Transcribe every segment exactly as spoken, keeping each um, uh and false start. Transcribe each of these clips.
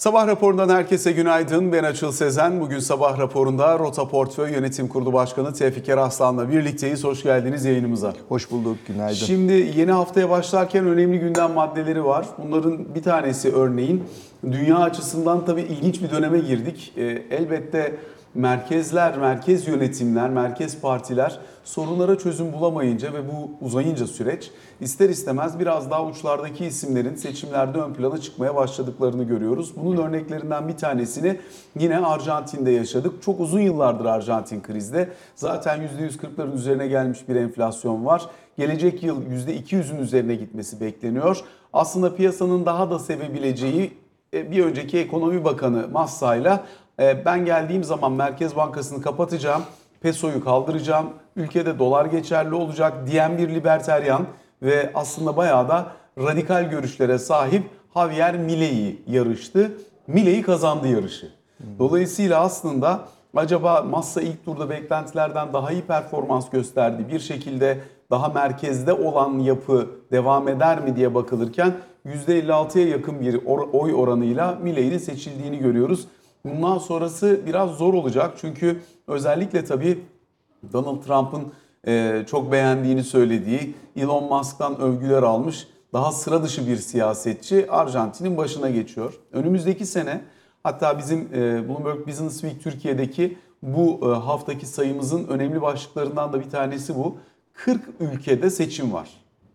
Sabah raporundan herkese günaydın. Ben Açıl Sezen. Bugün sabah raporunda Rota Portföy Yönetim Kurulu Başkanı Tevfik Eraslan'la birlikteyiz. Hoş geldiniz yayınımıza. Hoş bulduk, günaydın. Şimdi yeni haftaya başlarken önemli gündem maddeleri var. Bunların bir tanesi örneğin dünya açısından tabii ilginç bir döneme girdik. E, elbette merkezler, merkez yönetimler, merkez partiler sorunlara çözüm bulamayınca ve bu uzayınca süreç ister istemez biraz daha uçlardaki isimlerin seçimlerde ön plana çıkmaya başladıklarını görüyoruz. Bunun örneklerinden bir tanesini yine Arjantin'de yaşadık. Çok uzun yıllardır Arjantin krizde. Zaten yüzde yüz kırkların üzerine gelmiş bir enflasyon var. Gelecek yıl yüzde iki yüzün üzerine gitmesi bekleniyor. Aslında piyasanın daha da sevebileceği bir önceki Ekonomi Bakanı Massa'yla ben geldiğim zaman Merkez Bankası'nı kapatacağım, pesoyu kaldıracağım, ülkede dolar geçerli olacak diyen bir libertaryen ve aslında bayağı da radikal görüşlere sahip Javier Milei yarıştı. Milei kazandı yarışı. Dolayısıyla aslında acaba Massa ilk turda beklentilerden daha iyi performans gösterdi, bir şekilde daha merkezde olan yapı devam eder mi diye bakılırken yüzde elli altıya yakın bir oy oranıyla Milei'nin seçildiğini görüyoruz. Bundan sonrası biraz zor olacak çünkü özellikle tabii Donald Trump'ın çok beğendiğini söylediği, Elon Musk'tan övgüler almış daha sıra dışı bir siyasetçi Arjantin'in başına geçiyor. Önümüzdeki sene hatta bizim Bloomberg Business Week Türkiye'deki bu haftaki sayımızın önemli başlıklarından da bir tanesi bu. kırk ülkede seçim var.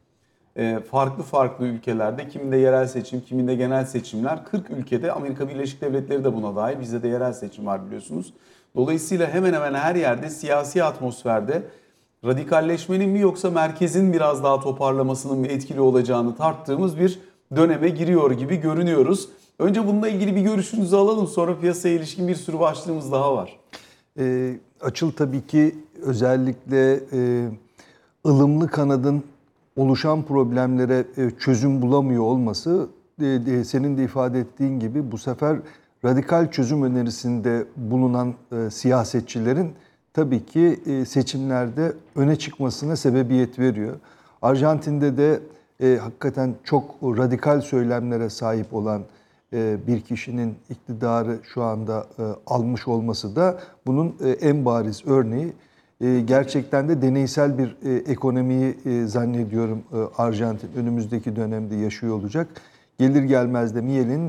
Farklı farklı ülkelerde kiminde yerel seçim, kiminde genel seçimler. kırk ülkede, Amerika Birleşik Devletleri de buna dahil. Bizde de yerel seçim var biliyorsunuz. Dolayısıyla hemen hemen her yerde siyasi atmosferde radikalleşmenin mi yoksa merkezin biraz daha toparlamasının mı etkili olacağını tarttığımız bir döneme giriyor gibi görünüyoruz. Önce bununla ilgili bir görüşünüzü alalım, sonra piyasaya ilişkin bir sürü başlığımız daha var. E, Açıl tabii ki özellikle e, ılımlı kanadın oluşan problemlere çözüm bulamıyor olması, senin de ifade ettiğin gibi bu sefer radikal çözüm önerisinde bulunan siyasetçilerin tabii ki seçimlerde öne çıkmasına sebebiyet veriyor. Arjantin'de de e, hakikaten çok radikal söylemlere sahip olan e, bir kişinin iktidarı şu anda e, almış olması da bunun e, en bariz örneği. Gerçekten de deneysel bir ekonomiyi zannediyorum Arjantin önümüzdeki dönemde yaşıyor olacak. Gelir gelmez de Milei'nin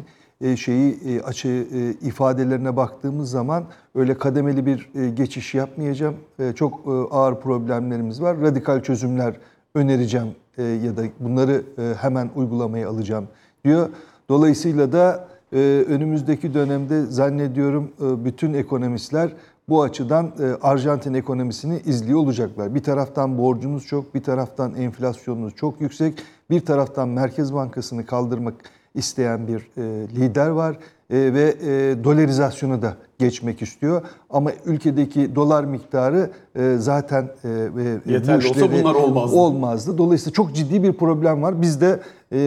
şeyi açı ifadelerine baktığımız zaman öyle kademeli bir geçiş yapmayacağım. Çok ağır problemlerimiz var. Radikal çözümler önereceğim ya da bunları hemen uygulamaya alacağım diyor. Dolayısıyla da önümüzdeki dönemde zannediyorum bütün ekonomistler bu açıdan Arjantin ekonomisini izliyor olacaklar. Bir taraftan borcunuz çok, bir taraftan enflasyonunuz çok yüksek, bir taraftan Merkez Bankası'nı kaldırmak isteyen bir lider var ve dolarizasyona da geçmek istiyor. Ama ülkedeki dolar miktarı zaten yeterli olsa bunlar olmazdı. olmazdı. Dolayısıyla çok ciddi bir problem var. Biz de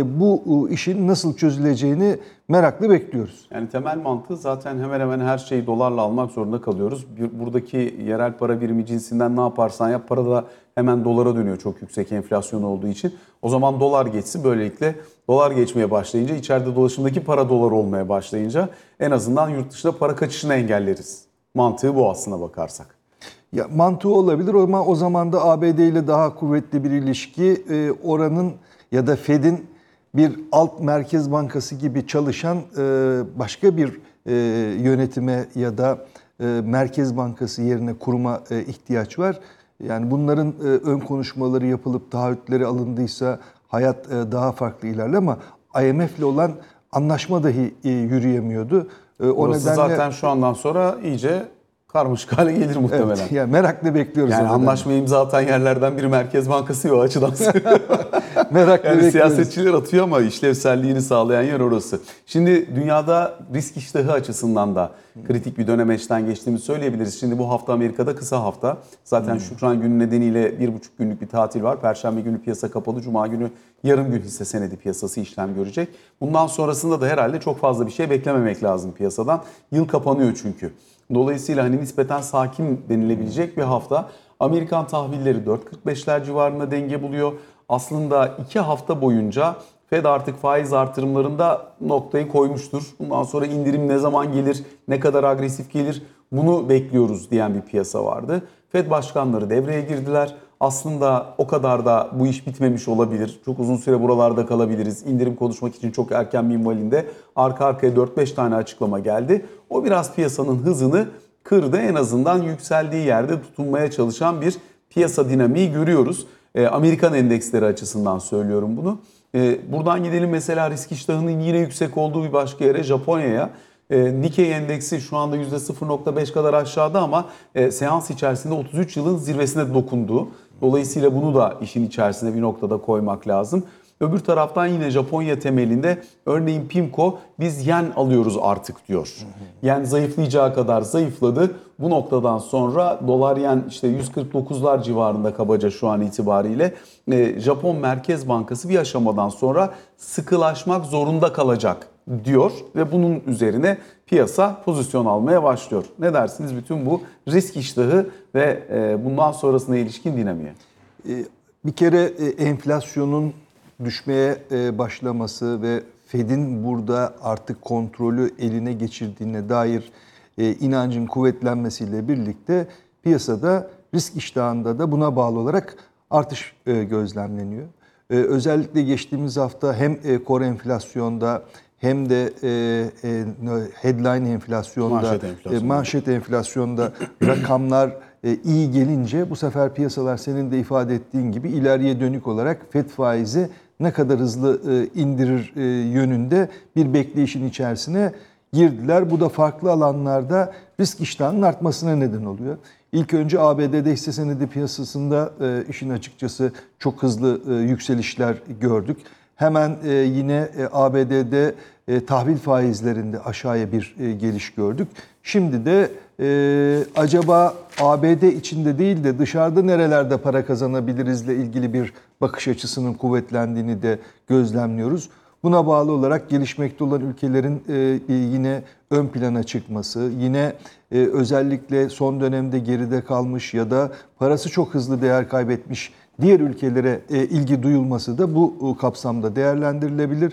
bu işin nasıl çözüleceğini merakla bekliyoruz. Yani temel mantığı zaten hemen hemen her şeyi dolarla almak zorunda kalıyoruz. Buradaki yerel para birimi cinsinden ne yaparsan yap para da hemen dolara dönüyor çok yüksek enflasyon olduğu için. O zaman dolar geçsin, böylelikle dolar geçmeye başlayınca içeride dolaşımdaki para dolar olmaya başlayınca en azından yurt dışında para kaçışını engelleriz. Mantığı bu aslına bakarsak. Ya mantığı olabilir ama o zaman da A B D ile daha kuvvetli bir ilişki, oranın ya da Fed'in bir alt merkez bankası gibi çalışan başka bir yönetime ya da merkez bankası yerine kuruma ihtiyaç var. Yani bunların ön konuşmaları yapılıp taahhütleri alındıysa hayat daha farklı ilerler ama I M F ile olan anlaşma dahi yürüyemiyordu. O Burası nedenle zaten şu andan sonra iyice karmaşık hale gelir muhtemelen. Evet, yani merakla bekliyoruz. Yani anlaşmayı imza atan yerlerden biri Merkez Bankası o açıdan. Merakla yani bekliyoruz. Siyasetçiler atıyor ama işlevselliğini sağlayan yer orası. Şimdi dünyada risk iştahı açısından da kritik bir dönemeçten geçtiğimizi söyleyebiliriz. Şimdi bu hafta Amerika'da kısa hafta. Zaten hmm. Şükran günü nedeniyle bir buçuk günlük bir tatil var. Perşembe günü piyasa kapalı. Cuma günü yarım gün hisse senedi piyasası işlem görecek. Bundan sonrasında da herhalde çok fazla bir şey beklememek lazım piyasadan. Yıl kapanıyor çünkü. Dolayısıyla hani nispeten sakin denilebilecek bir hafta. Amerikan tahvilleri dört kırk beşler civarında denge buluyor. Aslında iki hafta boyunca Fed artık faiz artırımlarında noktayı koymuştur. Bundan sonra indirim ne zaman gelir, ne kadar agresif gelir bunu bekliyoruz diyen bir piyasa vardı. Fed başkanları devreye girdiler. Aslında o kadar da bu iş bitmemiş olabilir. Çok uzun süre buralarda kalabiliriz. İndirim konuşmak için çok erken minvalinde arka arkaya dört beş tane açıklama geldi. O biraz piyasanın hızını kırdı. En azından yükseldiği yerde tutunmaya çalışan bir piyasa dinamiği görüyoruz. E, Amerikan endeksleri açısından söylüyorum bunu. E, buradan gidelim mesela risk iştahının yine yüksek olduğu bir başka yere, Japonya'ya. E, Nikkei endeksi şu anda yüzde sıfır nokta beş kadar aşağıda ama e, seans içerisinde otuz üç yılın zirvesine dokundu. Dolayısıyla bunu da işin içerisine bir noktada koymak lazım. Öbür taraftan yine Japonya temelinde örneğin Pimco biz yen alıyoruz artık diyor. Yen zayıflayacağı kadar zayıfladı. Bu noktadan sonra dolar yen işte yüz kırk dokuzlar civarında kabaca şu an itibariyle. E, Japon Merkez Bankası bir aşamadan sonra sıkılaşmak zorunda kalacak diyor ve bunun üzerine piyasa pozisyon almaya başlıyor. Ne dersiniz bütün bu risk iştahı ve bundan sonrasına ilişkin dinamiğe? Bir kere enflasyonun düşmeye başlaması ve Fed'in burada artık kontrolü eline geçirdiğine dair inancın kuvvetlenmesiyle birlikte piyasada risk iştahında da buna bağlı olarak artış gözlemleniyor. Özellikle geçtiğimiz hafta hem core enflasyonda hem de headline enflasyonda, manşet enflasyonda, manşet enflasyonda rakamlar iyi gelince bu sefer piyasalar senin de ifade ettiğin gibi ileriye dönük olarak Fed faizi ne kadar hızlı indirir yönünde bir bekleyişin içerisine girdiler. Bu da farklı alanlarda risk iştahının artmasına neden oluyor. İlk önce A B D'de hisse senedi piyasasında işin açıkçası çok hızlı yükselişler gördük. Hemen yine A B D'de tahvil faizlerinde aşağıya bir geliş gördük. Şimdi de acaba A B D içinde değil de dışarıda nerelerde para kazanabilirizle ilgili bir bakış açısının kuvvetlendiğini de gözlemliyoruz. Buna bağlı olarak gelişmekte olan ülkelerin yine ön plana çıkması, yine özellikle son dönemde geride kalmış ya da parası çok hızlı değer kaybetmiş diğer ülkelere ilgi duyulması da bu kapsamda değerlendirilebilir.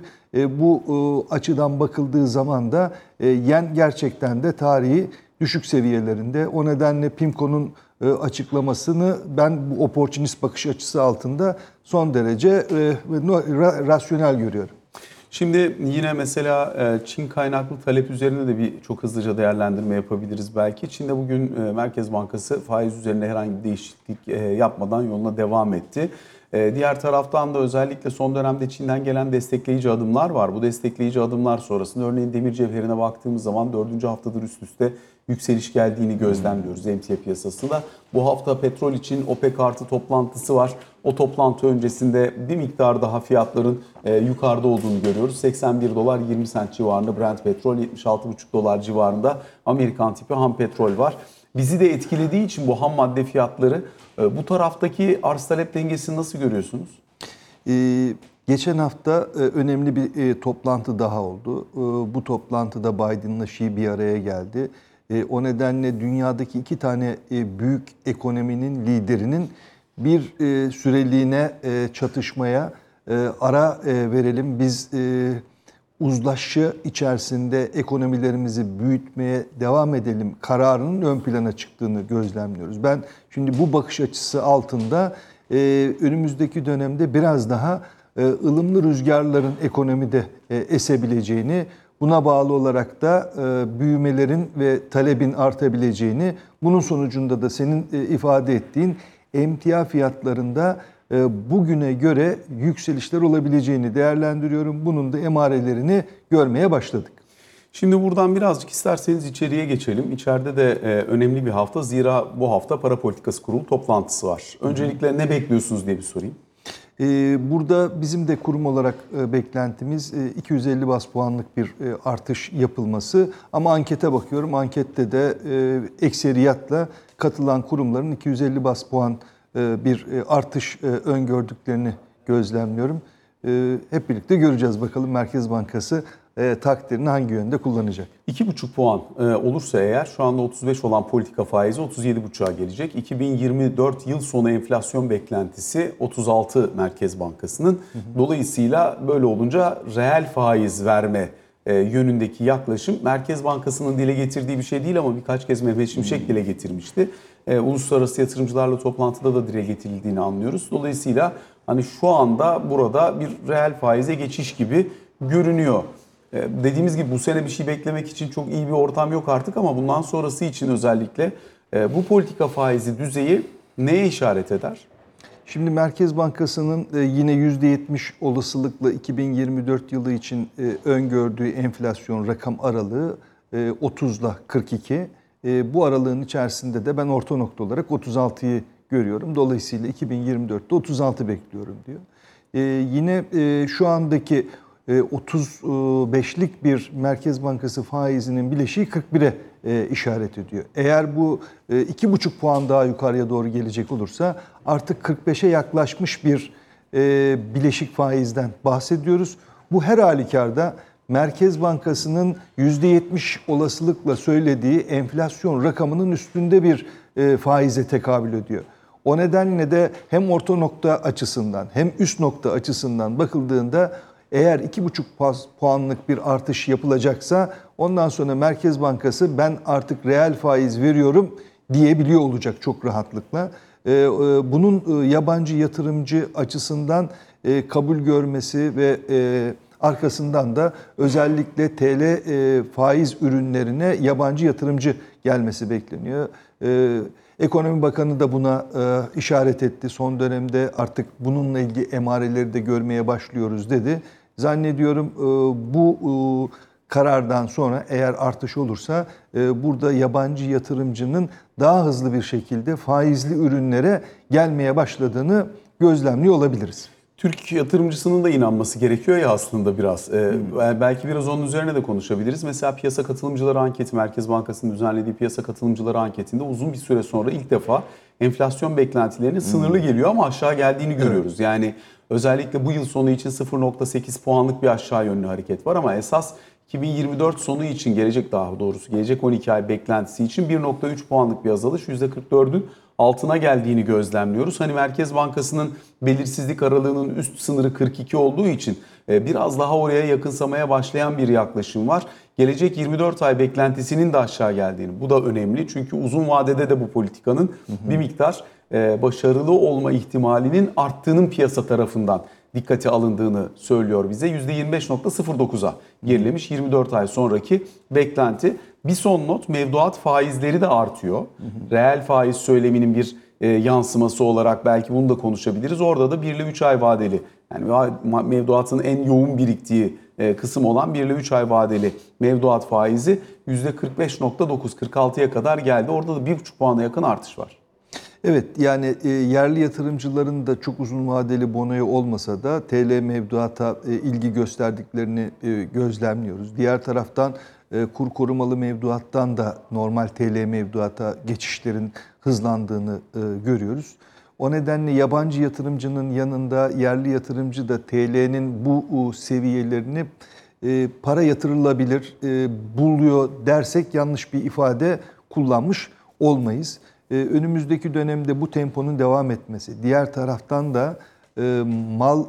Bu açıdan bakıldığı zaman da yen gerçekten de tarihi düşük seviyelerinde. O nedenle Pimco'nun açıklamasını ben bu opportunist bakış açısı altında son derece rasyonel görüyorum. Şimdi yine mesela Çin kaynaklı talep üzerine de bir çok hızlıca değerlendirme yapabiliriz belki. Çin'de bugün Merkez Bankası faiz üzerinde herhangi bir değişiklik yapmadan yoluna devam etti. Diğer taraftan da özellikle son dönemde Çin'den gelen destekleyici adımlar var. Bu destekleyici adımlar sonrasında örneğin demir cevherine baktığımız zaman dördüncü haftadır üst üste yükseliş geldiğini gözlemliyoruz emtia piyasasında. Bu hafta petrol için OPEC artı toplantısı var. O toplantı öncesinde bir miktar daha fiyatların yukarıda olduğunu görüyoruz. seksen bir dolar yirmi sent civarında Brent petrol, yetmiş altı buçuk dolar civarında Amerikan tipi ham petrol var. Bizi de etkilediği için bu ham madde fiyatları, bu taraftaki arz talep dengesini nasıl görüyorsunuz? Ee, geçen hafta önemli bir e, toplantı daha oldu. E, bu toplantıda Biden'la Xi bir araya geldi. E, o nedenle dünyadaki iki tane e, büyük ekonominin liderinin bir e, süreliğine e, çatışmaya e, ara e, verelim. Biz e, uzlaşı içerisinde ekonomilerimizi büyütmeye devam edelim kararının ön plana çıktığını gözlemliyoruz. Ben şimdi bu bakış açısı altında e, önümüzdeki dönemde biraz daha e, ılımlı rüzgarların ekonomide e, esebileceğini, buna bağlı olarak da e, büyümelerin ve talebin artabileceğini, bunun sonucunda da senin e, ifade ettiğin emtia fiyatlarında bugüne göre yükselişler olabileceğini değerlendiriyorum. Bunun da emarelerini görmeye başladık. Şimdi buradan birazcık isterseniz içeriye geçelim. İçeride de önemli bir hafta. Zira bu hafta Para Politikası Kurulu toplantısı var. Öncelikle ne bekliyorsunuz diye bir sorayım. Burada bizim de kurum olarak beklentimiz iki yüz elli baz puanlık bir artış yapılması. Ama ankete bakıyorum. Ankette de ekseriyatla katılan kurumların iki yüz elli baz puan bir artış öngördüklerini gözlemliyorum. Hep birlikte göreceğiz bakalım Merkez Bankası e, takdirini hangi yönde kullanacak? iki buçuk puan e, olursa eğer şu anda otuz beş olan politika faizi otuz yedi buçuğa gelecek. iki bin yirmi dört yıl sonu enflasyon beklentisi otuz altı Merkez Bankası'nın. Hı hı. Dolayısıyla böyle olunca reel faiz verme e, yönündeki yaklaşım Merkez Bankası'nın dile getirdiği bir şey değil ama birkaç kez Mehmet Şimşek hı. dile getirmişti. E, uluslararası yatırımcılarla toplantıda da dile getirildiğini anlıyoruz. Dolayısıyla hani şu anda burada bir reel faize geçiş gibi görünüyor. Dediğimiz gibi bu sene bir şey beklemek için çok iyi bir ortam yok artık ama bundan sonrası için özellikle bu politika faizi düzeyi neye işaret eder? Şimdi Merkez Bankası'nın yine yüzde yetmiş olasılıkla iki bin yirmi dört yılı için öngördüğü enflasyon rakam aralığı otuz ile kırk iki. Bu aralığın içerisinde de ben orta nokta olarak otuz altıyı görüyorum. Dolayısıyla iki bin yirmi dörtte otuz altı bekliyorum diyor. Yine şu andaki otuz beşlik bir Merkez Bankası faizinin bileşiği kırk bire işaret ediyor. Eğer bu iki buçuk puan daha yukarıya doğru gelecek olursa artık kırk beşe yaklaşmış bir bileşik faizden bahsediyoruz. Bu her halükarda Merkez Bankası'nın yüzde yetmiş olasılıkla söylediği enflasyon rakamının üstünde bir faize tekabül ediyor. O nedenle de hem orta nokta açısından hem üst nokta açısından bakıldığında eğer iki buçuk puanlık bir artış yapılacaksa ondan sonra Merkez Bankası ben artık reel faiz veriyorum diyebiliyor olacak çok rahatlıkla. Bunun yabancı yatırımcı açısından kabul görmesi ve arkasından da özellikle T L faiz ürünlerine yabancı yatırımcı gelmesi bekleniyor. Ekonomi Bakanı da buna işaret etti. Son dönemde artık bununla ilgili emareleri de görmeye başlıyoruz dedi. Zannediyorum bu karardan sonra eğer artış olursa burada yabancı yatırımcının daha hızlı bir şekilde faizli ürünlere gelmeye başladığını gözlemliyor olabiliriz. Türk yatırımcısının da inanması gerekiyor ya aslında biraz. Ee, hmm. Belki biraz onun üzerine de konuşabiliriz. Mesela piyasa katılımcıları anketi, Merkez Bankası'nın düzenlediği piyasa katılımcıları anketinde uzun bir süre sonra ilk defa enflasyon beklentilerinin sınırlı geliyor ama aşağı geldiğini görüyoruz. Evet. Yani özellikle bu yıl sonu için sıfır nokta sekiz puanlık bir aşağı yönlü hareket var ama esas iki bin yirmi dört sonu için gelecek daha doğrusu gelecek on iki ay beklentisi için bir nokta üç puanlık bir azalış yüzde kırk dördün altına geldiğini gözlemliyoruz. Hani Merkez Bankası'nın belirsizlik aralığının üst sınırı kırk iki olduğu için biraz daha oraya yakınsamaya başlayan bir yaklaşım var. Gelecek yirmi dört ay beklentisinin de aşağı geldiğini. Bu da önemli çünkü uzun vadede de bu politikanın hı hı. bir miktar başarılı olma ihtimalinin arttığının piyasa tarafından dikkate alındığını söylüyor bize. yüzde yirmi beş nokta sıfır dokuza gerilemiş yirmi dört ay sonraki beklenti. Bir son not, mevduat faizleri de artıyor. Hı hı. Reel faiz söyleminin bir e, yansıması olarak belki bunu da konuşabiliriz. Orada da bir ile üç ay vadeli, yani mevduatın en yoğun biriktiği e, kısım olan bir ile üç ay vadeli mevduat faizi yüzde kırk beş nokta dokuz kırk altıya kadar geldi. Orada da bir buçuk puana yakın artış var. Evet, yani e, yerli yatırımcıların da çok uzun vadeli bonoyu olmasa da T L mevduata e, ilgi gösterdiklerini e, gözlemliyoruz. Diğer taraftan e, kur korumalı mevduattan da normal T L mevduata geçişlerin hızlandığını e, görüyoruz. O nedenle yabancı yatırımcının yanında yerli yatırımcı da T L'nin bu e, seviyelerini e, para yatırılabilir e, buluyor dersek yanlış bir ifade kullanmış olmayız. Önümüzdeki dönemde bu temponun devam etmesi, diğer taraftan da mal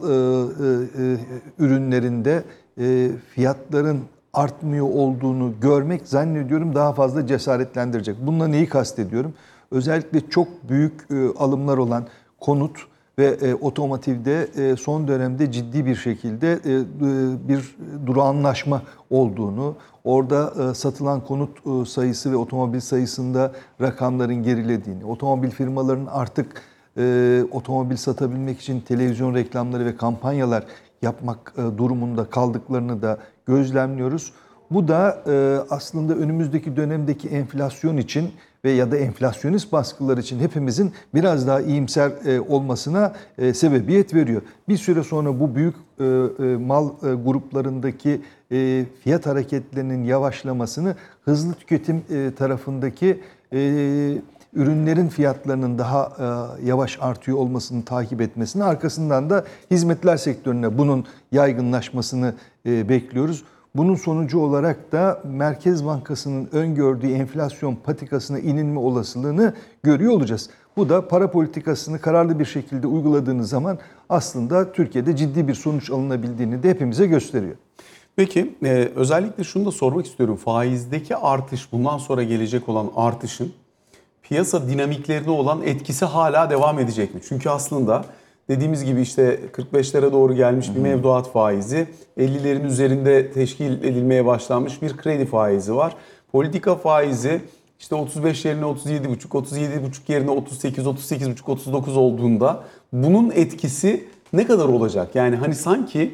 ürünlerinde fiyatların artmıyor olduğunu görmek zannediyorum daha fazla cesaretlendirecek. Bununla neyi kastediyorum? Özellikle çok büyük alımlar olan konut ve otomotivde son dönemde ciddi bir şekilde bir durağanlaşma olduğunu, orada satılan konut sayısı ve otomobil sayısında rakamların gerilediğini, otomobil firmalarının artık otomobil satabilmek için televizyon reklamları ve kampanyalar yapmak durumunda kaldıklarını da gözlemliyoruz. Bu da aslında önümüzdeki dönemdeki enflasyon için ve ya da enflasyonist baskılar için hepimizin biraz daha iyimser olmasına sebebiyet veriyor. Bir süre sonra bu büyük mal gruplarındaki fiyat hareketlerinin yavaşlamasını hızlı tüketim tarafındaki ürünlerin fiyatlarının daha yavaş artıyor olmasını takip etmesini, arkasından da hizmetler sektörüne bunun yaygınlaşmasını bekliyoruz. Bunun sonucu olarak da Merkez Bankası'nın öngördüğü enflasyon patikasına inilme olasılığını görüyor olacağız. Bu da para politikasını kararlı bir şekilde uyguladığınız zaman aslında Türkiye'de ciddi bir sonuç alınabildiğini de hepimize gösteriyor. Peki e, özellikle şunu da sormak istiyorum. Faizdeki artış, bundan sonra gelecek olan artışın piyasa dinamiklerine olan etkisi hala devam edecek mi? Çünkü aslında dediğimiz gibi işte kırk beşlere doğru gelmiş bir mevduat faizi, ellilerin üzerinde teşkil edilmeye başlanmış bir kredi faizi var. Politika faizi işte otuz beş yerine otuz yedi buçuk, otuz yedi buçuk yerine otuz sekiz, otuz sekiz buçuk, otuz dokuz olduğunda bunun etkisi ne kadar olacak? Yani hani sanki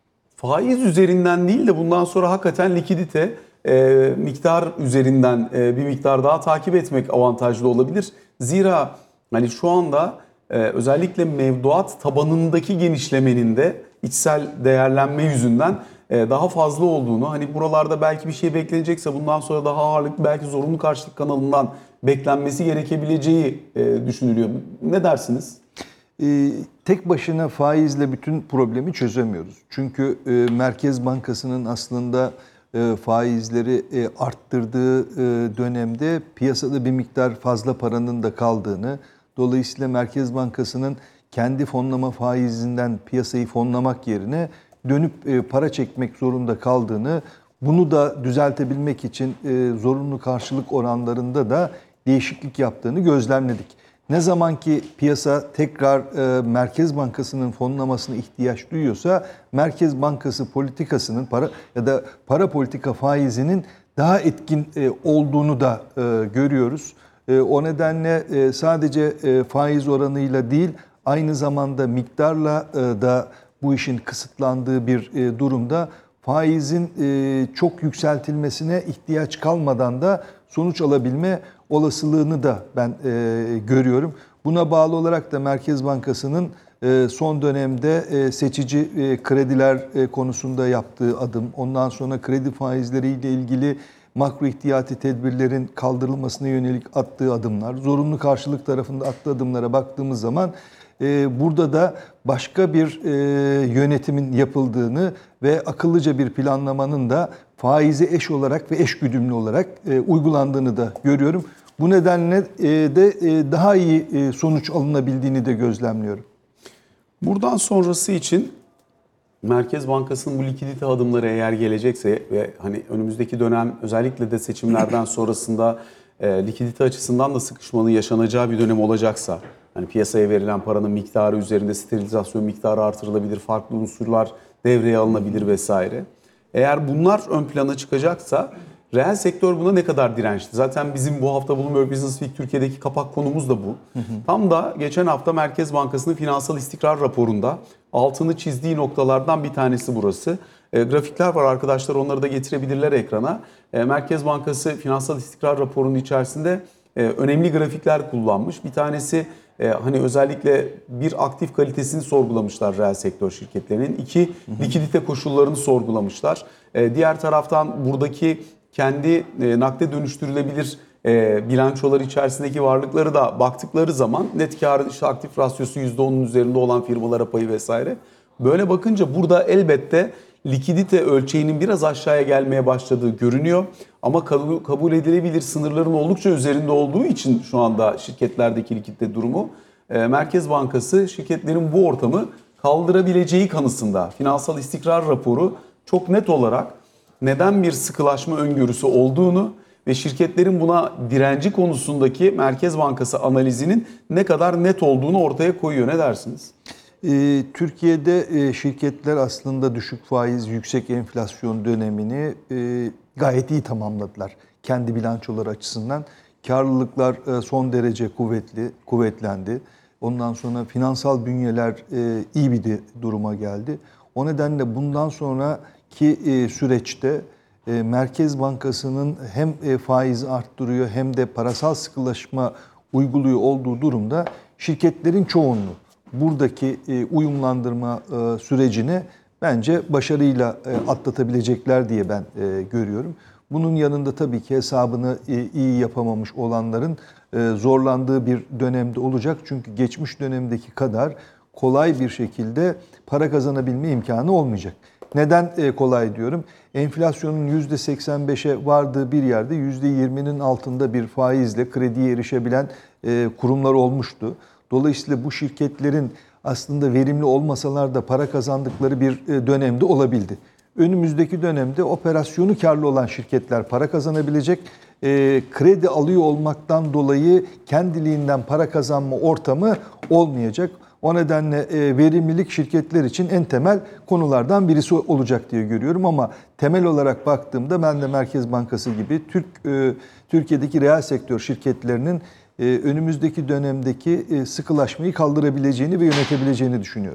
faiz üzerinden değil de bundan sonra hakikaten likidite e, miktar üzerinden e, bir miktar daha takip etmek avantajlı olabilir. Zira hani şu anda e, özellikle mevduat tabanındaki genişlemenin de içsel değerlenme yüzünden e, daha fazla olduğunu, hani buralarda belki bir şey beklenecekse bundan sonra daha ağırlıklı belki zorunlu karşılık kanalından beklenmesi gerekebileceği e, düşünülüyor. Ne dersiniz? Ee, tek başına faizle bütün problemi çözemiyoruz. Çünkü e, Merkez Bankası'nın aslında e, faizleri e, arttırdığı e, dönemde piyasada bir miktar fazla paranın da kaldığını, dolayısıyla Merkez Bankası'nın kendi fonlama faizinden piyasayı fonlamak yerine dönüp e, para çekmek zorunda kaldığını, bunu da düzeltebilmek için e, zorunlu karşılık oranlarında da değişiklik yaptığını gözlemledik. Ne zaman ki piyasa tekrar e, Merkez Bankası'nın fonlamasına ihtiyaç duyuyorsa Merkez Bankası politikasının para ya da para politika faizinin daha etkin e, olduğunu da e, görüyoruz. E, o nedenle e, sadece e, faiz oranıyla değil, aynı zamanda miktarla e, da bu işin kısıtlandığı bir e, durumda faizin e, çok yükseltilmesine ihtiyaç kalmadan da sonuç alabilme olasılığını da ben e, görüyorum. Buna bağlı olarak da Merkez Bankası'nın e, son dönemde e, seçici e, krediler e, konusunda yaptığı adım, ondan sonra kredi faizleriyle ilgili makro ihtiyati tedbirlerin kaldırılmasına yönelik attığı adımlar, zorunlu karşılık tarafında attığı adımlara baktığımız zaman e, burada da başka bir e, yönetimin yapıldığını ve akıllıca bir planlamanın da faize eş olarak ve eş güdümlü olarak e, uygulandığını da görüyorum. Bu nedenle e, de e, daha iyi e, sonuç alınabildiğini de gözlemliyorum. Buradan sonrası için Merkez Bankası'nın bu likidite adımları eğer gelecekse ve hani önümüzdeki dönem özellikle de seçimlerden sonrasında e, likidite açısından da sıkışmanın yaşanacağı bir dönem olacaksa, hani piyasaya verilen paranın miktarı üzerinde sterilizasyon miktarı artırılabilir, farklı unsurlar devreye alınabilir vesaire. Eğer bunlar ön plana çıkacaksa reel sektör buna ne kadar dirençli? Zaten bizim bu hafta Bloomberg Business Week Türkiye'deki kapak konumuz da bu. Hı hı. Tam da geçen hafta Merkez Bankası'nın finansal istikrar raporunda altını çizdiği noktalardan bir tanesi burası. E, grafikler var arkadaşlar, onları da getirebilirler ekrana. E, Merkez Bankası finansal istikrar raporunun içerisinde e, önemli grafikler kullanmış. Bir tanesi e, hani özellikle bir aktif kalitesini sorgulamışlar reel sektör şirketlerinin. İki, hı hı. likidite koşullarını sorgulamışlar. E, diğer taraftan buradaki kendi e, nakde dönüştürülebilir e, bilançolar içerisindeki varlıkları da baktıkları zaman net kar işte aktif rasyosu yüzde onun üzerinde olan firmalara payı vesaire. Böyle bakınca burada elbette likidite ölçeğinin biraz aşağıya gelmeye başladığı görünüyor. Ama kabul edilebilir sınırların oldukça üzerinde olduğu için şu anda şirketlerdeki likidite durumu, e, Merkez Bankası şirketlerin bu ortamı kaldırabileceği kanısında. Finansal istikrar raporu çok net olarak neden bir sıkılaşma öngörüsü olduğunu ve şirketlerin buna direnci konusundaki Merkez Bankası analizinin ne kadar net olduğunu ortaya koyuyor. Ne dersiniz? Ee, Türkiye'de şirketler aslında düşük faiz, yüksek enflasyon dönemini e, gayet iyi tamamladılar. Kendi bilançoları açısından. Karlılıklar e, son derece kuvvetli, kuvvetlendi. Ondan sonra finansal bünyeler e, iyi bir de duruma geldi. O nedenle bundan sonraki e, süreçte e, Merkez Bankası'nın hem e, faizi arttırıyor hem de parasal sıkılaşma uyguluyor olduğu durumda şirketlerin çoğunluğu buradaki e, uyumlandırma e, sürecini bence başarıyla e, atlatabilecekler diye ben e, görüyorum. Bunun yanında tabii ki hesabını e, iyi yapamamış olanların e, zorlandığı bir dönemde olacak. Çünkü geçmiş dönemdeki kadar kolay bir şekilde para kazanabilme imkanı olmayacak. Neden e, kolay diyorum? Enflasyonun yüzde seksen beşe vardığı bir yerde yüzde yirminin altında bir faizle krediye erişebilen e, kurumlar olmuştu. Dolayısıyla bu şirketlerin aslında verimli olmasalar da para kazandıkları bir e, dönemde olabildi. Önümüzdeki dönemde operasyonu karlı olan şirketler para kazanabilecek. E, kredi alıyor olmaktan dolayı kendiliğinden para kazanma ortamı olmayacak. O nedenle e, verimlilik şirketler için en temel konulardan birisi olacak diye görüyorum. Ama temel olarak baktığımda ben de Merkez Bankası gibi Türk e, Türkiye'deki reel sektör şirketlerinin e, önümüzdeki dönemdeki e, sıkılaşmayı kaldırabileceğini ve yönetebileceğini düşünüyorum.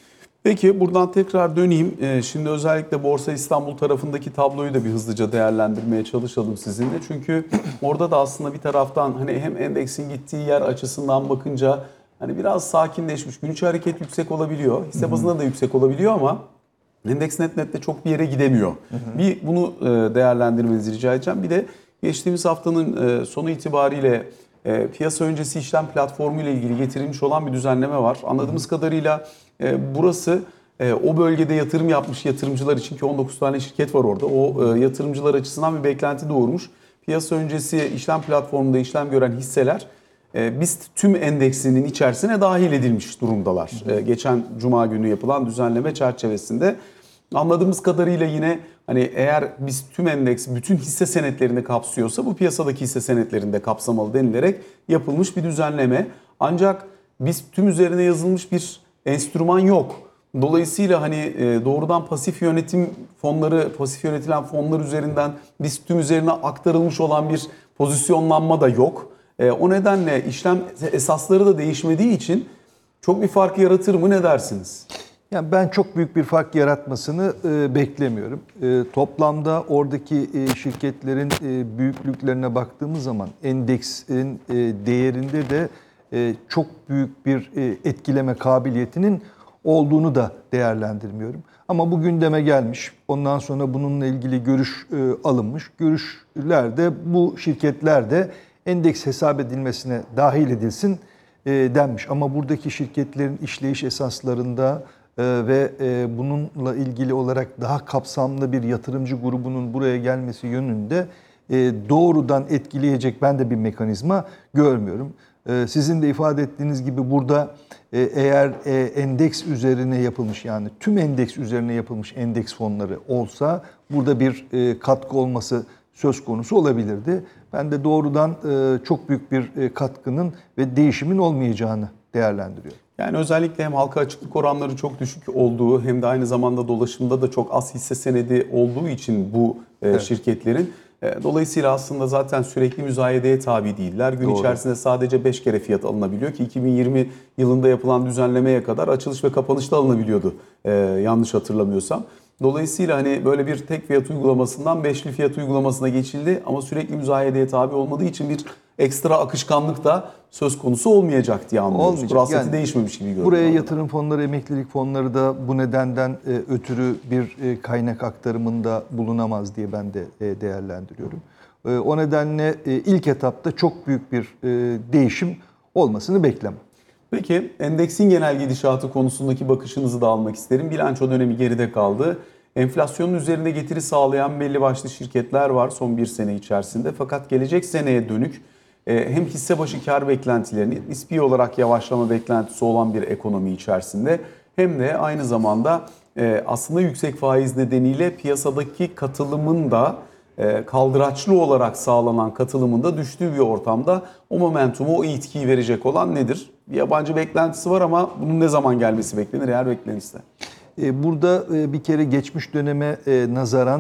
Peki buradan tekrar döneyim. Ee, Şimdi özellikle Borsa İstanbul tarafındaki tabloyu da bir hızlıca değerlendirmeye çalışalım sizinle. Çünkü orada da aslında bir taraftan hani hem endeksin gittiği yer açısından bakınca hani biraz sakinleşmiş. Gün içi hareket yüksek olabiliyor. Hisse bazında da yüksek olabiliyor ama endeks net nette çok bir yere gidemiyor. Hı hı. Bir bunu değerlendirmenizi rica edeceğim. Bir de geçtiğimiz haftanın sonu itibariyle E, piyasa öncesi işlem platformu ile ilgili getirilmiş olan bir düzenleme var. Anladığımız kadarıyla e, burası e, o bölgede yatırım yapmış yatırımcılar için, ki on dokuz tane şirket var orada, o e, yatırımcılar açısından bir beklenti doğurmuş. Piyasa öncesi işlem platformunda işlem gören hisseler e, BIST tüm endeksinin içerisine dahil edilmiş durumdalar. E, geçen Cuma günü yapılan düzenleme çerçevesinde. Anladığımız kadarıyla yine hani eğer biz tüm endeks bütün hisse senetlerini kapsıyorsa bu piyasadaki hisse senetlerini de kapsamalı denilerek yapılmış bir düzenleme. Ancak biz tüm üzerine yazılmış bir enstrüman yok. Dolayısıyla hani doğrudan pasif yönetim fonları, pasif yönetilen fonlar üzerinden biz tüm üzerine aktarılmış olan bir pozisyonlanma da yok. O nedenle işlem esasları da değişmediği için çok bir fark yaratır mı, ne dersiniz? Yani ben çok büyük bir fark yaratmasını e, beklemiyorum. E, toplamda oradaki e, şirketlerin e, büyüklüklerine baktığımız zaman endeksin e, değerinde de e, çok büyük bir e, etkileme kabiliyetinin olduğunu da değerlendirmiyorum. Ama bu gündeme gelmiş. Ondan sonra bununla ilgili görüş e, alınmış. Görüşler de bu şirketler de endeks hesap edilmesine dahil edilsin e, denmiş. Ama buradaki şirketlerin işleyiş esaslarında ve bununla ilgili olarak daha kapsamlı bir yatırımcı grubunun buraya gelmesi yönünde doğrudan etkileyecek ben de bir mekanizma görmüyorum. Sizin de ifade ettiğiniz gibi burada eğer endeks üzerine yapılmış, yani tüm endeks üzerine yapılmış endeks fonları olsa burada bir katkı olması söz konusu olabilirdi. Ben de doğrudan çok büyük bir katkının ve değişimin olmayacağını değerlendiriyorum. Yani özellikle hem halka açıklık oranları çok düşük olduğu hem de aynı zamanda dolaşımda da çok az hisse senedi olduğu için bu evet. şirketlerin dolayısıyla aslında zaten sürekli müzayedeye tabi değiller. Gün Doğru. içerisinde sadece beş kere fiyat alınabiliyor ki iki bin yirmi yılında yapılan düzenlemeye kadar açılış ve kapanışta alınabiliyordu ee, yanlış hatırlamıyorsam. Dolayısıyla hani böyle bir tek fiyat uygulamasından beşli fiyat uygulamasına geçildi ama sürekli müzayedeye tabi olmadığı için bir ekstra akışkanlık da söz konusu olmayacak diye anlıyoruz. Kuraseti yani değişmemiş gibi görünüyor. Buraya yatırım fonları, emeklilik fonları da bu nedenden e, ötürü bir e, kaynak aktarımında bulunamaz diye ben de e, değerlendiriyorum. E, o nedenle e, ilk etapta çok büyük bir e, değişim olmasını beklemem. Peki endeksin genel gidişatı konusundaki bakışınızı da almak isterim. Bilanço dönemi geride kaldı. Enflasyonun üzerinde getiri sağlayan belli başlı şirketler var son bir sene içerisinde. Fakat gelecek seneye dönük hem hisse başı kar beklentilerini, nispi olarak yavaşlama beklentisi olan bir ekonomi içerisinde hem de aynı zamanda aslında yüksek faiz nedeniyle piyasadaki katılımın da kaldıraçlı olarak sağlanan katılımın da düştüğü bir ortamda o momentumu, o itkiyi verecek olan nedir? Bir yabancı beklentisi var ama bunun ne zaman gelmesi beklenir eğer beklenirse? Burada bir kere geçmiş döneme nazaran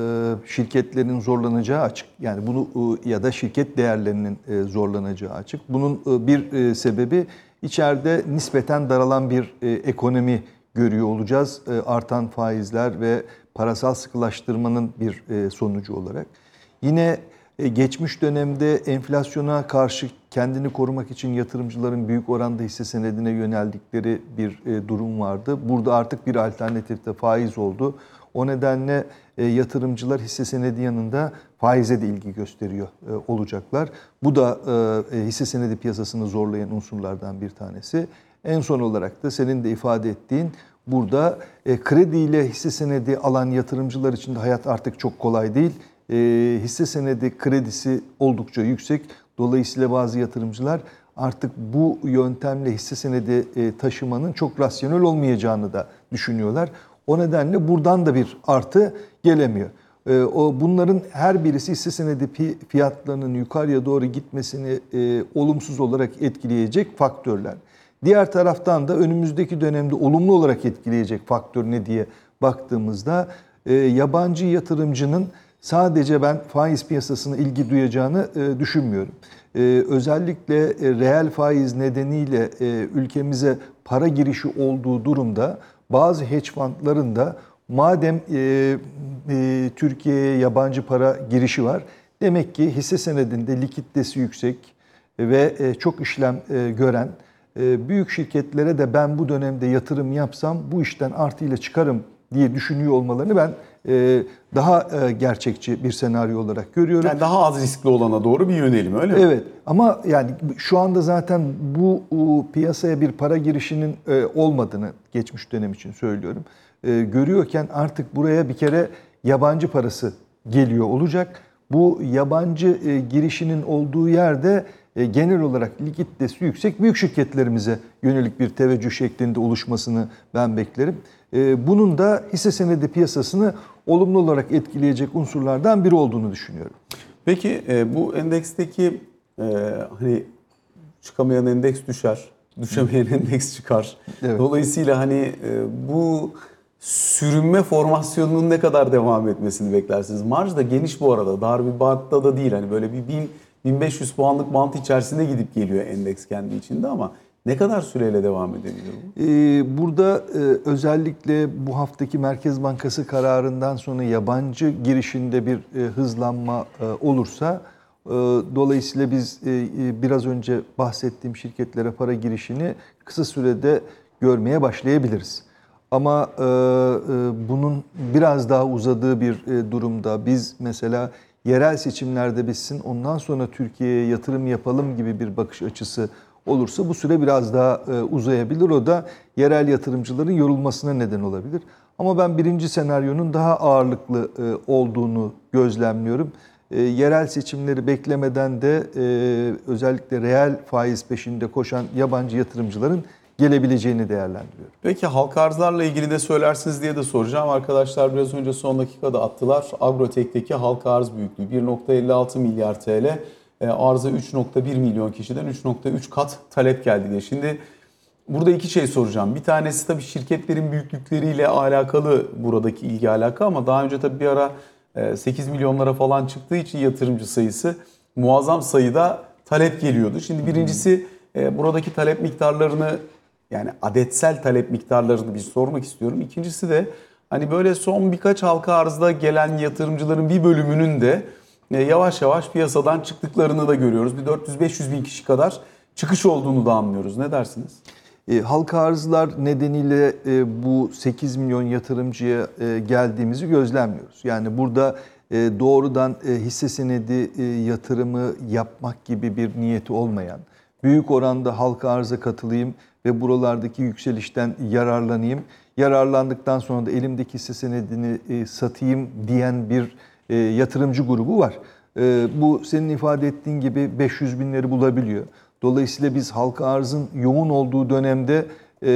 şirketlerin zorlanacağı açık. Yani bunu ya da şirket değerlerinin zorlanacağı açık. Bunun bir sebebi içeride nispeten daralan bir ekonomi görüyor olacağız. Artan faizler ve parasal sıkılaştırmanın bir sonucu olarak. Yine geçmiş dönemde enflasyona karşı kendini korumak için yatırımcıların büyük oranda hisse senedine yöneldikleri bir durum vardı. Burada artık bir alternatifte faiz oldu. O nedenle yatırımcılar hisse senedi yanında faize de ilgi gösteriyor olacaklar. Bu da hisse senedi piyasasını zorlayan unsurlardan bir tanesi. En son olarak da senin de ifade ettiğin burada. E, krediyle hisse senedi alan yatırımcılar için de hayat artık çok kolay değil. E, hisse senedi kredisi oldukça yüksek. Dolayısıyla bazı yatırımcılar artık bu yöntemle hisse senedi e, taşımanın çok rasyonel olmayacağını da düşünüyorlar. O nedenle buradan da bir artı gelemiyor. E, o bunların her birisi hisse senedi fiyatlarının yukarıya doğru gitmesini e, olumsuz olarak etkileyecek faktörler. Diğer taraftan da önümüzdeki dönemde olumlu olarak etkileyecek faktör ne diye baktığımızda e, yabancı yatırımcının sadece ben faiz piyasasına ilgi duyacağını e, düşünmüyorum. E, özellikle e, reel faiz nedeniyle e, ülkemize para girişi olduğu durumda bazı hedge fundların da madem e, e, Türkiye'ye yabancı para girişi var, demek ki hisse senedinde likiditesi yüksek ve e, çok işlem e, gören e, büyük şirketlere de ben bu dönemde yatırım yapsam bu işten artıyla çıkarım diye düşünüyor olmalarını ben e, daha e, gerçekçi bir senaryo olarak görüyorum. Yani daha az riskli olana doğru bir yönelim, öyle mi? Evet, ama yani şu anda zaten bu o, piyasaya bir para girişinin e, olmadığını geçmiş dönem için söylüyorum. E, görüyorken artık buraya bir kere yabancı parası geliyor olacak. Bu yabancı e, girişinin olduğu yerde e, genel olarak likiditesi yüksek büyük şirketlerimize yönelik bir teveccüh şeklinde oluşmasını ben beklerim. E, bunun da hisse senedi piyasasını olumlu olarak etkileyecek unsurlardan biri olduğunu düşünüyorum. Peki e, bu endeksteki e, hani çıkamayan endeks düşer, düşemeyen endeks çıkar. Evet. Dolayısıyla hani e, bu sürünme formasyonunun ne kadar devam etmesini beklersiniz? Marj da geniş bu arada, dar bir bantta da değil. Hani böyle bir bin bin beş yüz puanlık bant içerisinde gidip geliyor endeks kendi içinde, ama ne kadar süreyle devam edebilir bu? Ee, burada e, özellikle bu haftaki Merkez Bankası kararından sonra yabancı girişinde bir e, hızlanma e, olursa, e, dolayısıyla biz e, e, biraz önce bahsettiğim şirketlere para girişini kısa sürede görmeye başlayabiliriz. Ama e, e, bunun biraz daha uzadığı bir e, durumda biz mesela yerel seçimlerde bitsin, ondan sonra Türkiye'ye yatırım yapalım gibi bir bakış açısı olursa bu süre biraz daha e, uzayabilir. O da yerel yatırımcıların yorulmasına neden olabilir. Ama ben birinci senaryonun daha ağırlıklı e, olduğunu gözlemliyorum. E, yerel seçimleri beklemeden de e, özellikle reel faiz peşinde koşan yabancı yatırımcıların gelebileceğini değerlendiriyorum. Peki halka arzlarla ilgili de söylersiniz diye de soracağım. Arkadaşlar biraz önce son dakikada attılar. Agrotek'teki halka arz büyüklüğü bir nokta elli altı milyar T L. Arıza üç nokta bir milyon kişiden üç nokta üç kat talep geldi diye. Şimdi burada iki şey soracağım. Bir tanesi tabii şirketlerin büyüklükleriyle alakalı buradaki ilgi alaka, ama daha önce tabii bir ara sekiz milyonlara falan çıktığı için yatırımcı sayısı muazzam sayıda talep geliyordu. Şimdi birincisi buradaki talep miktarlarını, yani adetsel talep miktarlarını bir sormak istiyorum. İkincisi de hani böyle son birkaç halka arzda gelen yatırımcıların bir bölümünün de yavaş yavaş piyasadan çıktıklarını da görüyoruz. Bir dört yüz beş yüz bin kişi kadar çıkış olduğunu da anlıyoruz. Ne dersiniz? E, halka arzlar nedeniyle e, bu sekiz milyon yatırımcıya e, geldiğimizi gözlemliyoruz. Yani burada e, doğrudan e, hisse senedi e, yatırımı yapmak gibi bir niyeti olmayan, büyük oranda halka arza katılayım ve buralardaki yükselişten yararlanayım, yararlandıktan sonra da elimdeki hisse senedini e, satayım diyen bir e, yatırımcı grubu var. E, bu senin ifade ettiğin gibi beş yüz binleri bulabiliyor. Dolayısıyla biz halka arzın yoğun olduğu dönemde e,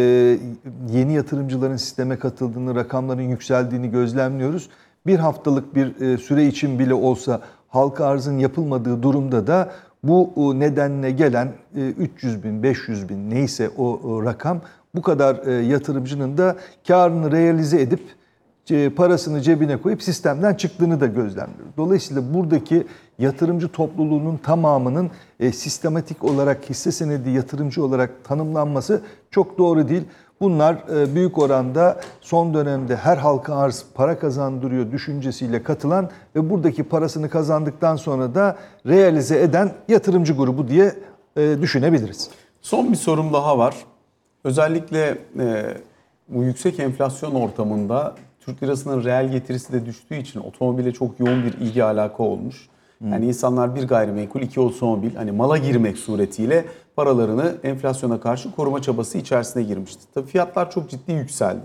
yeni yatırımcıların sisteme katıldığını, rakamların yükseldiğini gözlemliyoruz. Bir haftalık bir e, süre için bile olsa halka arzın yapılmadığı durumda da bu nedenle gelen e, üç yüz bin, beş yüz bin neyse o, o rakam, bu kadar e, yatırımcının da karını realize edip parasını cebine koyup sistemden çıktığını da gözlemliyoruz. Dolayısıyla buradaki yatırımcı topluluğunun tamamının e, sistematik olarak hisse senedi yatırımcı olarak tanımlanması çok doğru değil. Bunlar e, büyük oranda son dönemde her halka arz para kazandırıyor düşüncesiyle katılan ve buradaki parasını kazandıktan sonra da realize eden yatırımcı grubu diye e, düşünebiliriz. Son bir sorum daha var. Özellikle e, bu yüksek enflasyon ortamında Türk lirasının reel getirisi de düştüğü için otomobile çok yoğun bir ilgi alaka olmuş. Yani insanlar bir gayrimenkul, iki otomobil, hani mala girmek suretiyle paralarını enflasyona karşı koruma çabası içerisine girmişti. Tabii fiyatlar çok ciddi yükseldi.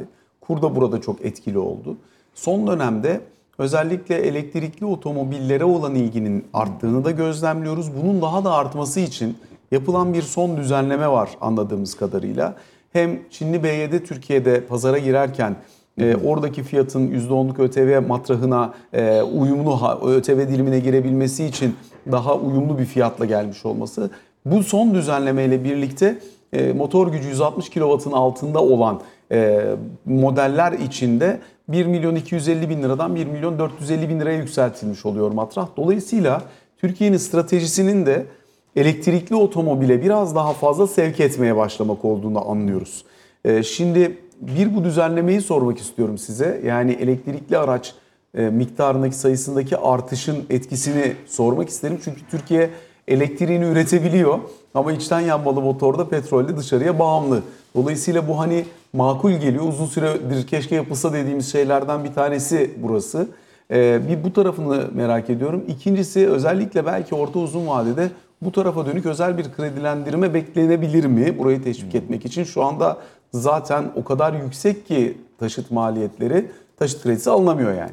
Kur da burada çok etkili oldu. Son dönemde özellikle elektrikli otomobillere olan ilginin arttığını da gözlemliyoruz. Bunun daha da artması için yapılan bir son düzenleme var anladığımız kadarıyla. Hem Çinli B Y D Türkiye'de pazara girerken e, oradaki fiyatın yüzde onluk ÖTV matrahına e, uyumlu ÖTV dilimine girebilmesi için daha uyumlu bir fiyatla gelmiş olması. Bu son düzenlemeyle birlikte e, motor gücü yüz altmış kilovatın altında olan e, modeller içinde bir milyon iki yüz elli bin liradan bir milyon dört yüz elli bin liraya yükseltilmiş oluyor matrah. Dolayısıyla Türkiye'nin stratejisinin de elektrikli otomobile biraz daha fazla sevk etmeye başlamak olduğunu anlıyoruz. E, şimdi bir bu düzenlemeyi sormak istiyorum size. Yani elektrikli araç e, miktarındaki sayısındaki artışın etkisini sormak isterim. Çünkü Türkiye elektriğini üretebiliyor ama içten yanmalı motorda petrolde dışarıya bağımlı. Dolayısıyla bu hani makul geliyor. Uzun süredir keşke yapılsa dediğimiz şeylerden bir tanesi burası. Ee, bir bu tarafını merak ediyorum. İkincisi özellikle belki orta uzun vadede bu tarafa dönük özel bir kredilendirme beklenebilir mi? Burayı teşvik etmek için şu anda zaten o kadar yüksek ki taşıt maliyetleri, taşıt kredisi alınamıyor yani.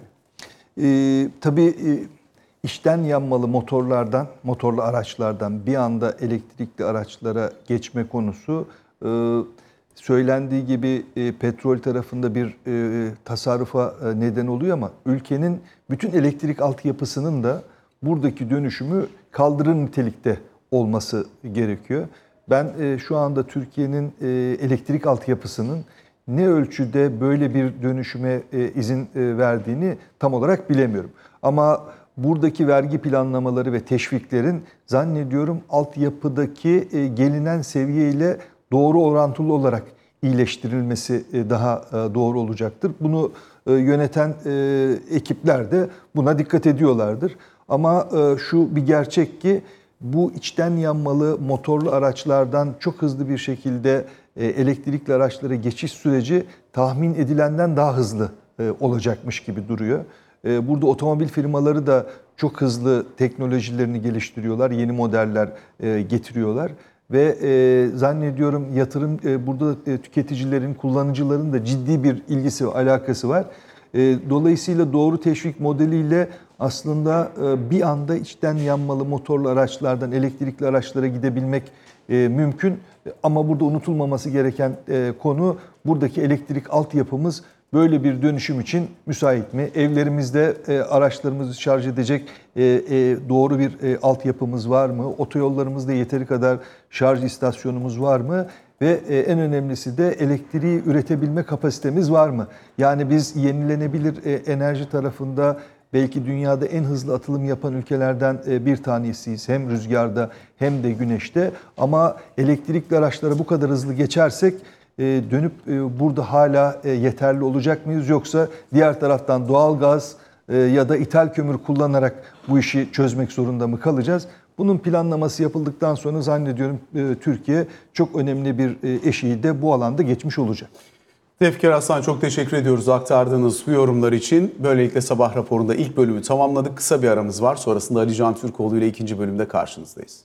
Ee, tabii e, içten yanmalı motorlardan, motorlu araçlardan bir anda elektrikli araçlara geçme konusu e, söylendiği gibi e, petrol tarafında bir e, tasarrufa e, neden oluyor ama ülkenin bütün elektrik altyapısının da buradaki dönüşümü kaldırır nitelikte olması gerekiyor. Ben e, şu anda Türkiye'nin e, elektrik altyapısının ne ölçüde böyle bir dönüşüme e, izin e, verdiğini tam olarak bilemiyorum. Ama buradaki vergi planlamaları ve teşviklerin zannediyorum altyapıdaki e, gelinen seviyeyle doğru orantılı olarak iyileştirilmesi e, daha e, doğru olacaktır. Bunu e, yöneten e, ekipler de buna dikkat ediyorlardır. Ama e, şu bir gerçek ki bu içten yanmalı motorlu araçlardan çok hızlı bir şekilde e, elektrikli araçlara geçiş süreci tahmin edilenden daha hızlı e, olacakmış gibi duruyor. E, burada otomobil firmaları da çok hızlı teknolojilerini geliştiriyorlar, yeni modeller e, getiriyorlar. Ve e, zannediyorum yatırım e, burada e, tüketicilerin, kullanıcıların da ciddi bir ilgisi, alakası var. E, dolayısıyla doğru teşvik modeliyle aslında e, bir anda içten yanmalı motorlu araçlardan elektrikli araçlara gidebilmek e, mümkün. Ama burada unutulmaması gereken e, konu buradaki elektrik altyapımız böyle bir dönüşüm için müsait mi? Evlerimizde e, araçlarımızı şarj edecek e, e, doğru bir e, altyapımız var mı? Otoyollarımızda yeteri kadar şarj istasyonumuz var mı? Ve e, en önemlisi de elektriği üretebilme kapasitemiz var mı? Yani biz yenilenebilir e, enerji tarafında belki dünyada en hızlı atılım yapan ülkelerden e, bir tanesiyiz. Hem rüzgarda hem de güneşte. Ama elektrikli araçlara bu kadar hızlı geçersek dönüp burada hala yeterli olacak mıyız? Yoksa diğer taraftan doğal gaz ya da ithal kömür kullanarak bu işi çözmek zorunda mı kalacağız? Bunun planlaması yapıldıktan sonra zannediyorum Türkiye çok önemli bir eşiği de bu alanda geçmiş olacak. Tevfikar Aslan, çok teşekkür ediyoruz aktardığınız bu yorumlar için. Böylelikle sabah raporunda ilk bölümü tamamladık. Kısa bir aramız var. Sonrasında Ali Can Türkoğlu ile ikinci bölümde karşınızdayız.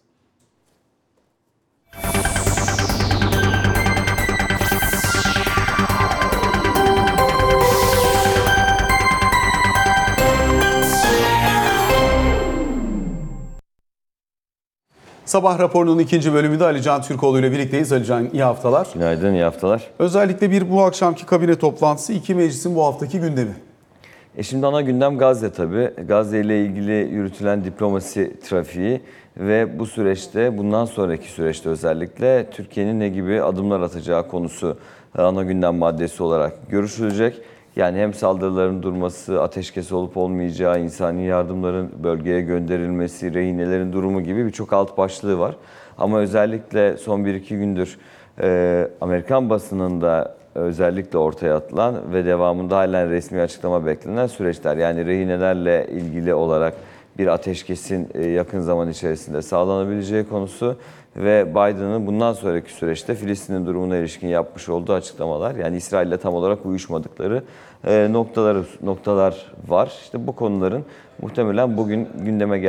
Sabah raporunun ikinci bölümünde Ali Can Türkoğlu ile birlikteyiz. Ali Can, iyi haftalar. Günaydın, iyi haftalar. Özellikle bir bu akşamki kabine toplantısı, iki meclisin bu haftaki gündemi. E şimdi ana gündem Gazze tabii. Gazze ile ilgili yürütülen diplomasi trafiği ve bu süreçte, bundan sonraki süreçte özellikle Türkiye'nin ne gibi adımlar atacağı konusu ana gündem maddesi olarak görüşülecek. Yani hem saldırıların durması, ateşkes olup olmayacağı, insani yardımların bölgeye gönderilmesi, rehinelerin durumu gibi birçok alt başlığı var. Ama özellikle son bir iki gündür e, Amerikan basınında özellikle ortaya atılan ve devamında halen resmi açıklama beklenen süreçler. Yani rehinelerle ilgili olarak bir ateşkesin e, yakın zaman içerisinde sağlanabileceği konusu ve Biden'ın bundan sonraki süreçte Filistin'in durumuna ilişkin yapmış olduğu açıklamalar, yani İsrail'le tam olarak uyuşmadıkları e, noktalar noktalar var. İşte bu konuların muhtemelen bugün gündeme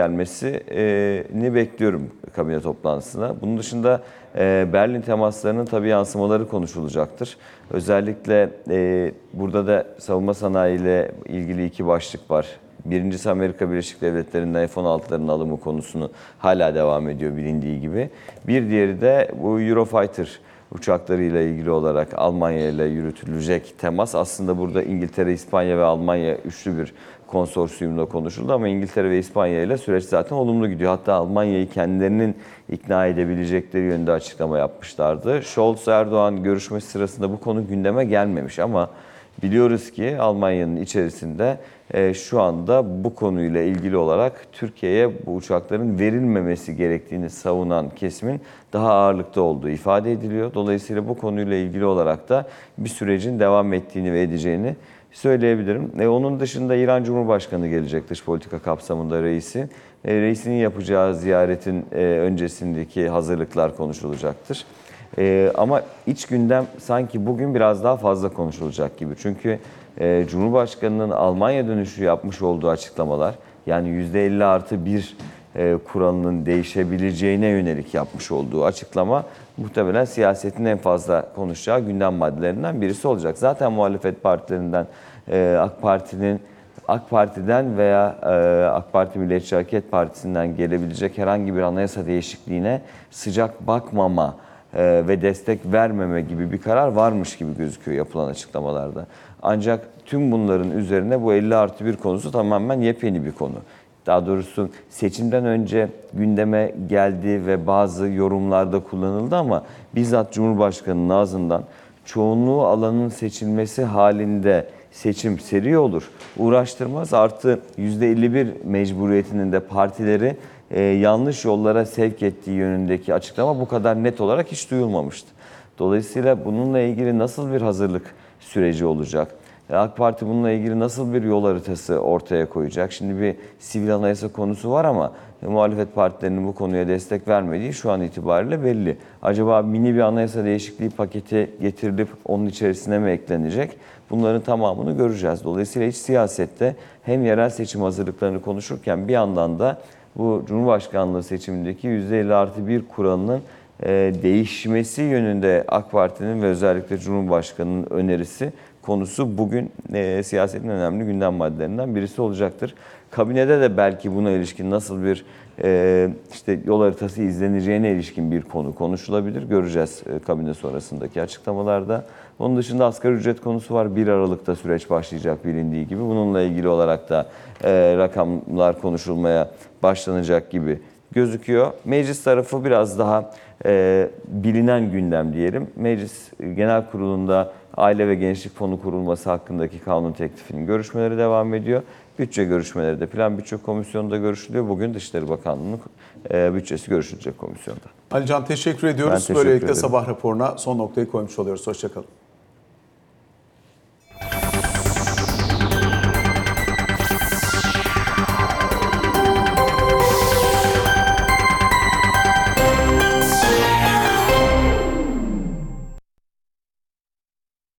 gelmesini bekliyorum kabine toplantısına. Bunun dışında e, Berlin temaslarının tabii yansımaları konuşulacaktır. Özellikle e, burada da savunma sanayi ile ilgili iki başlık var. Birincisi Amerika Birleşik Devletleri'nden F on altıların alımı konusunu hala devam ediyor bilindiği gibi. Bir diğeri de bu Eurofighter uçaklarıyla ilgili olarak Almanya ile yürütülecek temas. Aslında burada İngiltere, İspanya ve Almanya üçlü bir konsorsiyumla konuşuldu ama İngiltere ve İspanya ile süreç zaten olumlu gidiyor. Hatta Almanya'yı kendilerinin ikna edebilecekleri yönde açıklama yapmışlardı. Scholz-Erdoğan görüşmesi sırasında bu konu gündeme gelmemiş ama biliyoruz ki Almanya'nın içerisinde e, şu anda bu konuyla ilgili olarak Türkiye'ye bu uçakların verilmemesi gerektiğini savunan kesimin daha ağırlıkta olduğu ifade ediliyor. Dolayısıyla bu konuyla ilgili olarak da bir sürecin devam ettiğini ve edeceğini söyleyebilirim. E, onun dışında İran Cumhurbaşkanı gelecek dış politika kapsamında reisi. E, reisinin yapacağı ziyaretin e, öncesindeki hazırlıklar konuşulacaktır. Ee, ama iç gündem sanki bugün biraz daha fazla konuşulacak gibi. Çünkü e, Cumhurbaşkanı'nın Almanya dönüşü yapmış olduğu açıklamalar, yani yüzde elli artı bir e, kuralının değişebileceğine yönelik yapmış olduğu açıklama muhtemelen siyasetin en fazla konuşacağı gündem maddelerinden birisi olacak. Zaten muhalefet partilerinden e, AK Parti'nin AK Parti'den veya e, AK Parti Milliyetçi Hareket Partisi'nden gelebilecek herhangi bir anayasa değişikliğine sıcak bakmama ve destek vermeme gibi bir karar varmış gibi gözüküyor yapılan açıklamalarda. Ancak tüm bunların üzerine bu elli artı bir konusu tamamen yepyeni bir konu. Daha doğrusu seçimden önce gündeme geldi ve bazı yorumlarda kullanıldı ama bizzat Cumhurbaşkanı'nın ağzından çoğunluğu alanın seçilmesi halinde seçim seri olur, uğraştırmaz, artı yüzde elli bir mecburiyetinin de partileri Ee, yanlış yollara sevk ettiği yönündeki açıklama bu kadar net olarak hiç duyulmamıştı. Dolayısıyla bununla ilgili nasıl bir hazırlık süreci olacak? AK Parti bununla ilgili nasıl bir yol haritası ortaya koyacak? Şimdi bir sivil anayasa konusu var ama e, muhalefet partilerinin bu konuya destek vermediği şu an itibariyle belli. Acaba mini bir anayasa değişikliği paketi getirilip onun içerisine mi eklenecek? Bunların tamamını göreceğiz. Dolayısıyla iç siyasette hem yerel seçim hazırlıklarını konuşurken bir yandan da bu Cumhurbaşkanlığı seçimindeki yüzde elli artı bir kuralının e, değişmesi yönünde AK Parti'nin ve özellikle Cumhurbaşkanı'nın önerisi konusu bugün e, siyasetin önemli gündem maddelerinden birisi olacaktır. Kabinede de belki buna ilişkin nasıl bir e, işte yol haritası izleneceğine ilişkin bir konu konuşulabilir. Göreceğiz e, kabine sonrasındaki açıklamalarda. Onun dışında asgari ücret konusu var. bir Aralık'ta süreç başlayacak bilindiği gibi. Bununla ilgili olarak da e, rakamlar konuşulmaya başlanacak gibi gözüküyor. Meclis tarafı biraz daha e, bilinen gündem diyelim. Meclis Genel Kurulu'nda Aile ve Gençlik Fonu kurulması hakkındaki kanun teklifinin görüşmeleri devam ediyor. Bütçe görüşmeleri de Plan Bütçe Komisyonu'nda görüşülüyor. Bugün Dışişleri Bakanlığı'nın e, bütçesi görüşülecek komisyonda. Ali Can teşekkür ediyoruz. Ben teşekkür Böylelikle ederim. sabah raporuna son noktayı koymuş oluyoruz. Hoşçakalın.